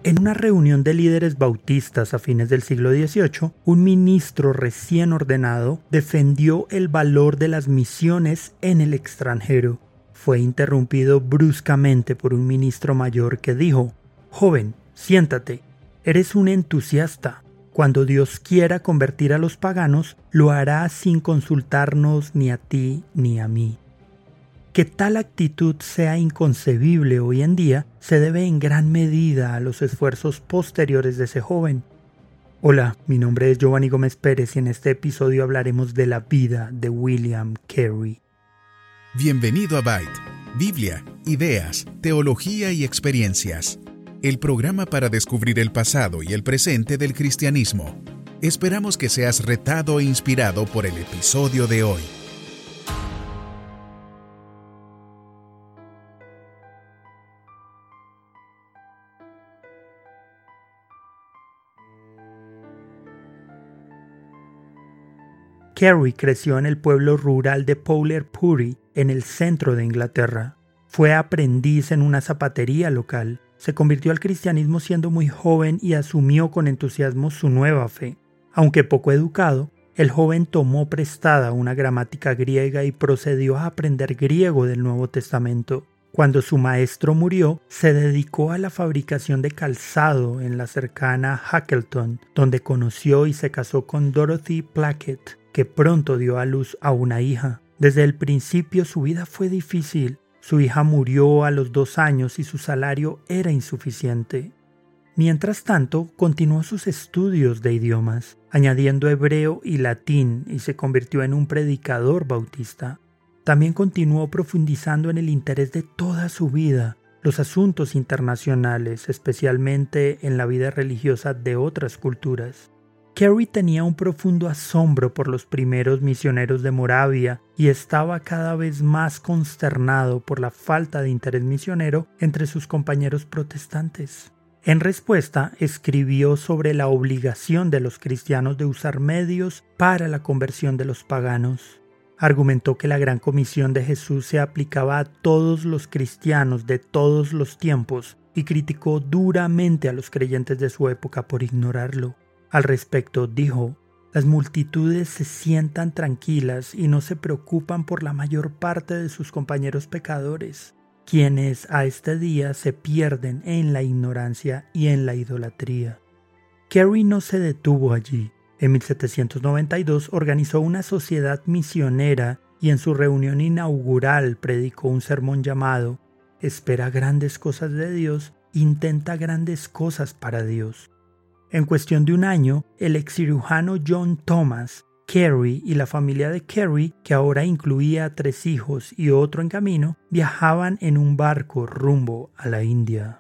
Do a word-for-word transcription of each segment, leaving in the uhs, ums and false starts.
En una reunión de líderes bautistas a fines del siglo dieciocho, un ministro recién ordenado defendió el valor de las misiones en el extranjero. Fue interrumpido bruscamente por un ministro mayor que dijo: «Joven, siéntate, eres un entusiasta. Cuando Dios quiera convertir a los paganos, lo hará sin consultarnos ni a ti ni a mí». Que tal actitud sea inconcebible hoy en día se debe en gran medida a los esfuerzos posteriores de ese joven. Hola, mi nombre es Giovanni Gómez Pérez y en este episodio hablaremos de la vida de William Carey. Bienvenido a Byte, Biblia, ideas, teología y experiencias. El programa para descubrir el pasado y el presente del cristianismo. Esperamos que seas retado e inspirado por el episodio de hoy. Carey creció en el pueblo rural de Powlerpuri, en el centro de Inglaterra. Fue aprendiz en una zapatería local. Se convirtió al cristianismo siendo muy joven y asumió con entusiasmo su nueva fe. Aunque poco educado, el joven tomó prestada una gramática griega y procedió a aprender griego del Nuevo Testamento. Cuando su maestro murió, se dedicó a la fabricación de calzado en la cercana Hackleton, donde conoció y se casó con Dorothy Plackett, que pronto dio a luz a una hija. Desde el principio su vida fue difícil. Su hija murió a los dos años y su salario era insuficiente. Mientras tanto, continuó sus estudios de idiomas, añadiendo hebreo y latín, y se convirtió en un predicador bautista. También continuó profundizando en el interés de toda su vida, los asuntos internacionales, especialmente en la vida religiosa de otras culturas. Carey tenía un profundo asombro por los primeros misioneros de Moravia y estaba cada vez más consternado por la falta de interés misionero entre sus compañeros protestantes. En respuesta, escribió sobre la obligación de los cristianos de usar medios para la conversión de los paganos. Argumentó que la gran comisión de Jesús se aplicaba a todos los cristianos de todos los tiempos y criticó duramente a los creyentes de su época por ignorarlo. Al respecto dijo: «Las multitudes se sientan tranquilas y no se preocupan por la mayor parte de sus compañeros pecadores, quienes a este día se pierden en la ignorancia y en la idolatría». Carey no se detuvo allí. En mil setecientos noventa y dos organizó una sociedad misionera y en su reunión inaugural predicó un sermón llamado «Espera grandes cosas de Dios, intenta grandes cosas para Dios». En cuestión de un año, el ex-cirujano John Thomas, Carey y la familia de Carey, que ahora incluía a tres hijos y otro en camino, viajaban en un barco rumbo a la India.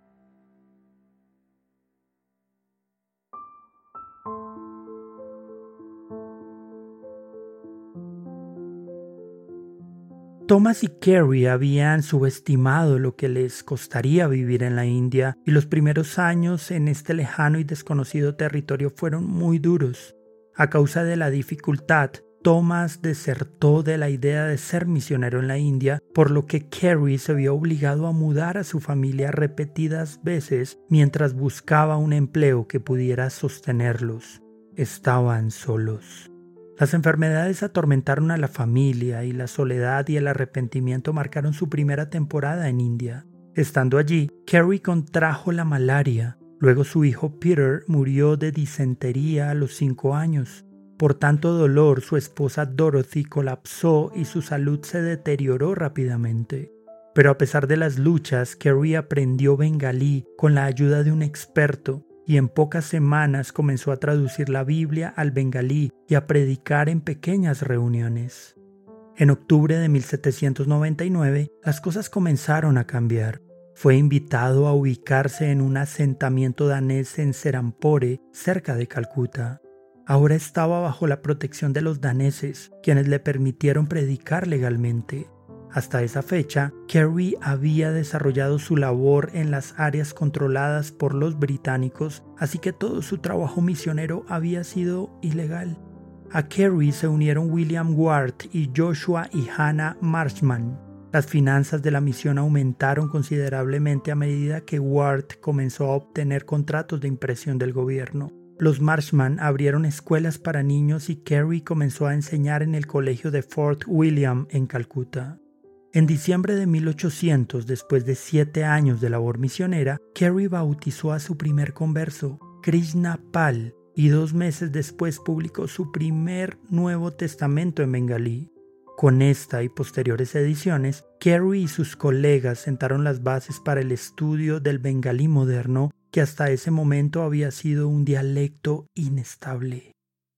Thomas y Carey habían subestimado lo que les costaría vivir en la India y los primeros años en este lejano y desconocido territorio fueron muy duros. A causa de la dificultad, Thomas desertó de la idea de ser misionero en la India, por lo que Carey se vio obligado a mudar a su familia repetidas veces mientras buscaba un empleo que pudiera sostenerlos. Estaban solos. Las enfermedades atormentaron a la familia y la soledad y el arrepentimiento marcaron su primera temporada en India. Estando allí, Carey contrajo la malaria. Luego su hijo Peter murió de disentería a los cinco años. Por tanto dolor, su esposa Dorothy colapsó y su salud se deterioró rápidamente. Pero a pesar de las luchas, Carey aprendió bengalí con la ayuda de un experto y en pocas semanas comenzó a traducir la Biblia al bengalí y a predicar en pequeñas reuniones. En octubre de mil setecientos noventa y nueve, las cosas comenzaron a cambiar. Fue invitado a ubicarse en un asentamiento danés en Serampore, cerca de Calcuta. Ahora estaba bajo la protección de los daneses, quienes le permitieron predicar legalmente. Hasta esa fecha, Carey había desarrollado su labor en las áreas controladas por los británicos, así que todo su trabajo misionero había sido ilegal. A Carey se unieron William Ward y Joshua y Hannah Marshman. Las finanzas de la misión aumentaron considerablemente a medida que Ward comenzó a obtener contratos de impresión del gobierno. Los Marshman abrieron escuelas para niños y Carey comenzó a enseñar en el colegio de Fort William en Calcuta. En diciembre de mil ochocientos, después de siete años de labor misionera, Carey bautizó a su primer converso, Krishna Pal, y dos meses después publicó su primer Nuevo Testamento en bengalí. Con esta y posteriores ediciones, Carey y sus colegas sentaron las bases para el estudio del bengalí moderno, que hasta ese momento había sido un dialecto inestable.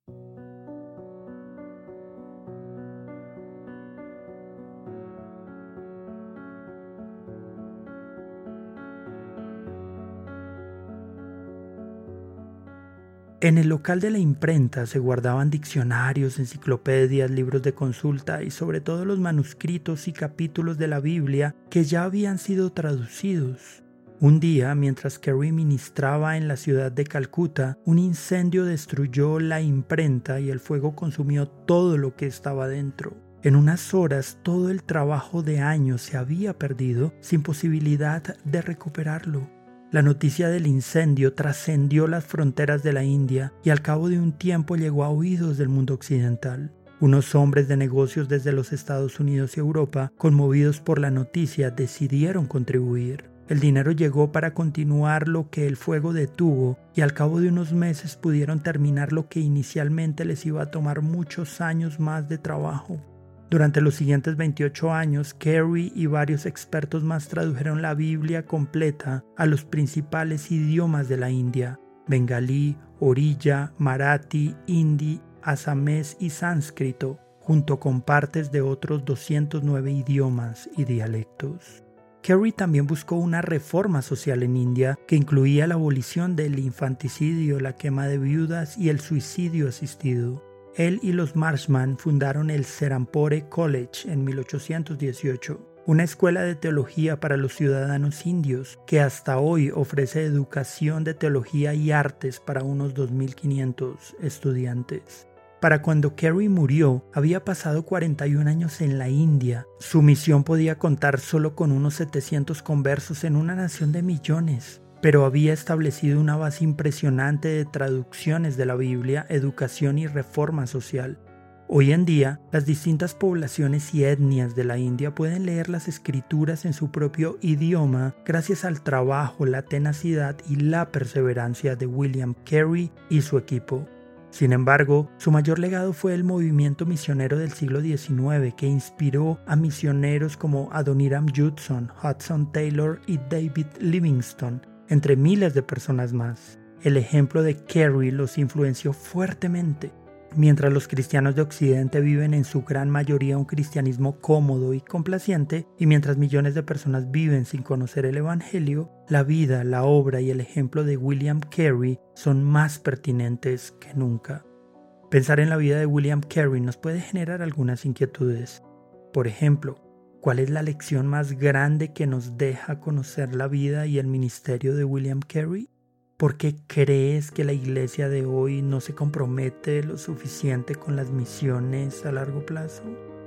En el local de la imprenta se guardaban diccionarios, enciclopedias, libros de consulta y sobre todo los manuscritos y capítulos de la Biblia que ya habían sido traducidos. Un día, mientras Carey ministraba en la ciudad de Calcuta, un incendio destruyó la imprenta y el fuego consumió todo lo que estaba dentro. En unas horas todo el trabajo de años se había perdido sin posibilidad de recuperarlo. La noticia del incendio trascendió las fronteras de la India y al cabo de un tiempo llegó a oídos del mundo occidental. Unos hombres de negocios desde los Estados Unidos y Europa, conmovidos por la noticia, decidieron contribuir. El dinero llegó para continuar lo que el fuego detuvo y al cabo de unos meses pudieron terminar lo que inicialmente les iba a tomar muchos años más de trabajo. Durante los siguientes veintiocho años, Carey y varios expertos más tradujeron la Biblia completa a los principales idiomas de la India: bengalí, oriya, marathi, hindi, asamés y sánscrito, junto con partes de otros doscientos nueve idiomas y dialectos. Carey también buscó una reforma social en India que incluía la abolición del infanticidio, la quema de viudas y el suicidio asistido. Él y los Marshman fundaron el Serampore College en mil ochocientos dieciocho, una escuela de teología para los ciudadanos indios que hasta hoy ofrece educación de teología y artes para unos dos mil quinientos estudiantes. Para cuando Carey murió, había pasado cuarenta y un años en la India. Su misión podía contar solo con unos setecientos conversos en una nación de millones, pero había establecido una base impresionante de traducciones de la Biblia, educación y reforma social. Hoy en día, las distintas poblaciones y etnias de la India pueden leer las escrituras en su propio idioma gracias al trabajo, la tenacidad y la perseverancia de William Carey y su equipo. Sin embargo, su mayor legado fue el movimiento misionero del siglo diecinueve que inspiró a misioneros como Adoniram Judson, Hudson Taylor y David Livingstone, entre miles de personas más. El ejemplo de Carey los influenció fuertemente. Mientras los cristianos de Occidente viven en su gran mayoría un cristianismo cómodo y complaciente, y mientras millones de personas viven sin conocer el Evangelio, la vida, la obra y el ejemplo de William Carey son más pertinentes que nunca. Pensar en la vida de William Carey nos puede generar algunas inquietudes. Por ejemplo, ¿cuál es la lección más grande que nos deja conocer la vida y el ministerio de William Carey? ¿Por qué crees que la iglesia de hoy no se compromete lo suficiente con las misiones a largo plazo?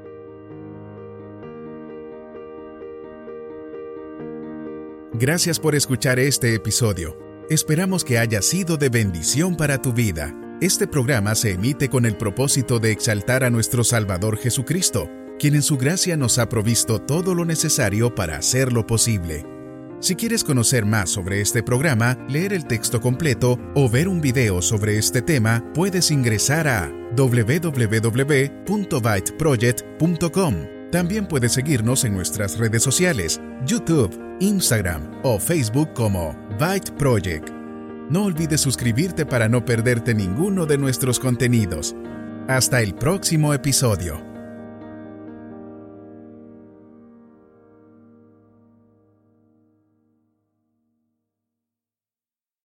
Gracias por escuchar este episodio. Esperamos que haya sido de bendición para tu vida. Este programa se emite con el propósito de exaltar a nuestro Salvador Jesucristo, quien en su gracia nos ha provisto todo lo necesario para hacerlo posible. Si quieres conocer más sobre este programa, leer el texto completo o ver un video sobre este tema, puedes ingresar a doble u doble u doble u punto byte project punto com. También puedes seguirnos en nuestras redes sociales, YouTube, Instagram o Facebook como Byte Project. No olvides suscribirte para no perderte ninguno de nuestros contenidos. Hasta el próximo episodio.